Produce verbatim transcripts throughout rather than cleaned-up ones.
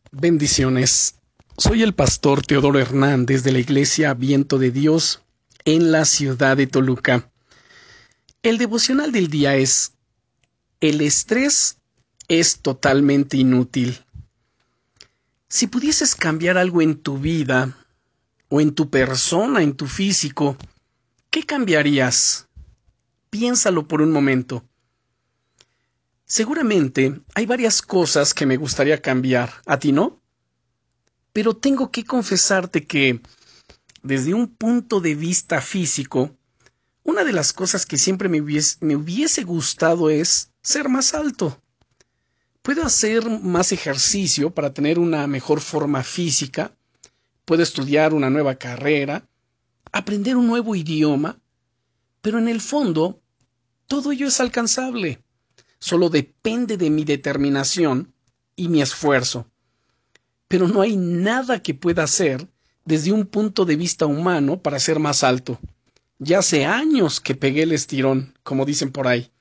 Bendiciones. Soy el pastor Teodoro Hernández de la Iglesia Viento de Dios en la ciudad de Toluca. El devocional del día es: el estrés es totalmente inútil. Si pudieses cambiar algo en tu vida, o en tu persona, en tu físico, ¿qué cambiarías? Piénsalo por un momento. Seguramente hay varias cosas que me gustaría cambiar. ¿A ti no? Pero tengo que confesarte que, desde un punto de vista físico, una de las cosas que siempre me hubiese, me hubiese gustado es ser más alto. Puedo hacer más ejercicio para tener una mejor forma física, puedo estudiar una nueva carrera, aprender un nuevo idioma, pero en el fondo, todo ello es alcanzable. Solo depende de mi determinación y mi esfuerzo. Pero no hay nada que pueda hacer desde un punto de vista humano para ser más alto. Ya hace años que pegué el estirón, como dicen por ahí.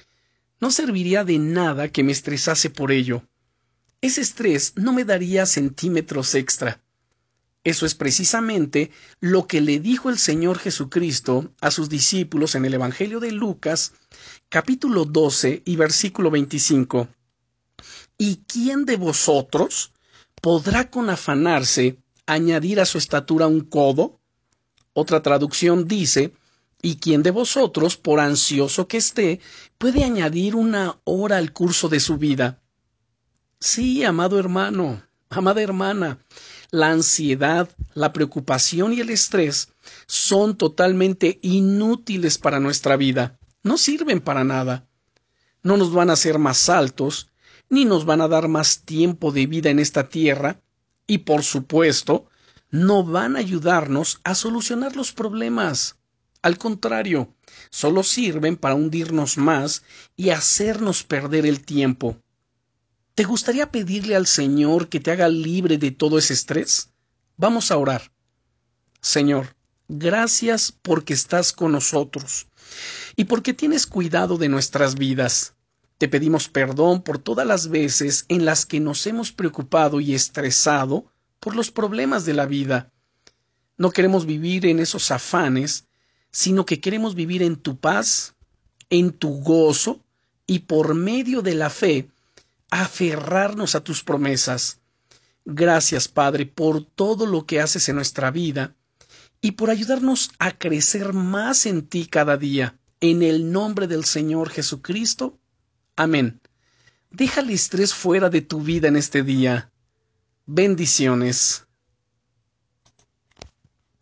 No serviría de nada que me estresase por ello. Ese estrés no me daría centímetros extra. Eso es precisamente lo que le dijo el Señor Jesucristo a sus discípulos en el Evangelio de Lucas, capítulo doce y versículo veinticinco. ¿Y quién de vosotros podrá con afanarse añadir a su estatura un codo? Otra traducción dice: ¿y quién de vosotros, por ansioso que esté, puede añadir una hora al curso de su vida? Sí, amado hermano, amada hermana, la ansiedad, la preocupación y el estrés son totalmente inútiles para nuestra vida. No sirven para nada. No nos van a hacer más altos, ni nos van a dar más tiempo de vida en esta tierra, y por supuesto, no van a ayudarnos a solucionar los problemas. Al contrario, solo sirven para hundirnos más y hacernos perder el tiempo. ¿Te gustaría pedirle al Señor que te haga libre de todo ese estrés? Vamos a orar. Señor, gracias porque estás con nosotros y porque tienes cuidado de nuestras vidas. Te pedimos perdón por todas las veces en las que nos hemos preocupado y estresado por los problemas de la vida. No queremos vivir en esos afanes, sino que queremos vivir en tu paz, en tu gozo, y por medio de la fe, aferrarnos a tus promesas. Gracias, Padre, por todo lo que haces en nuestra vida y por ayudarnos a crecer más en ti cada día. En el nombre del Señor Jesucristo. Amén. Deja el estrés fuera de tu vida en este día. Bendiciones.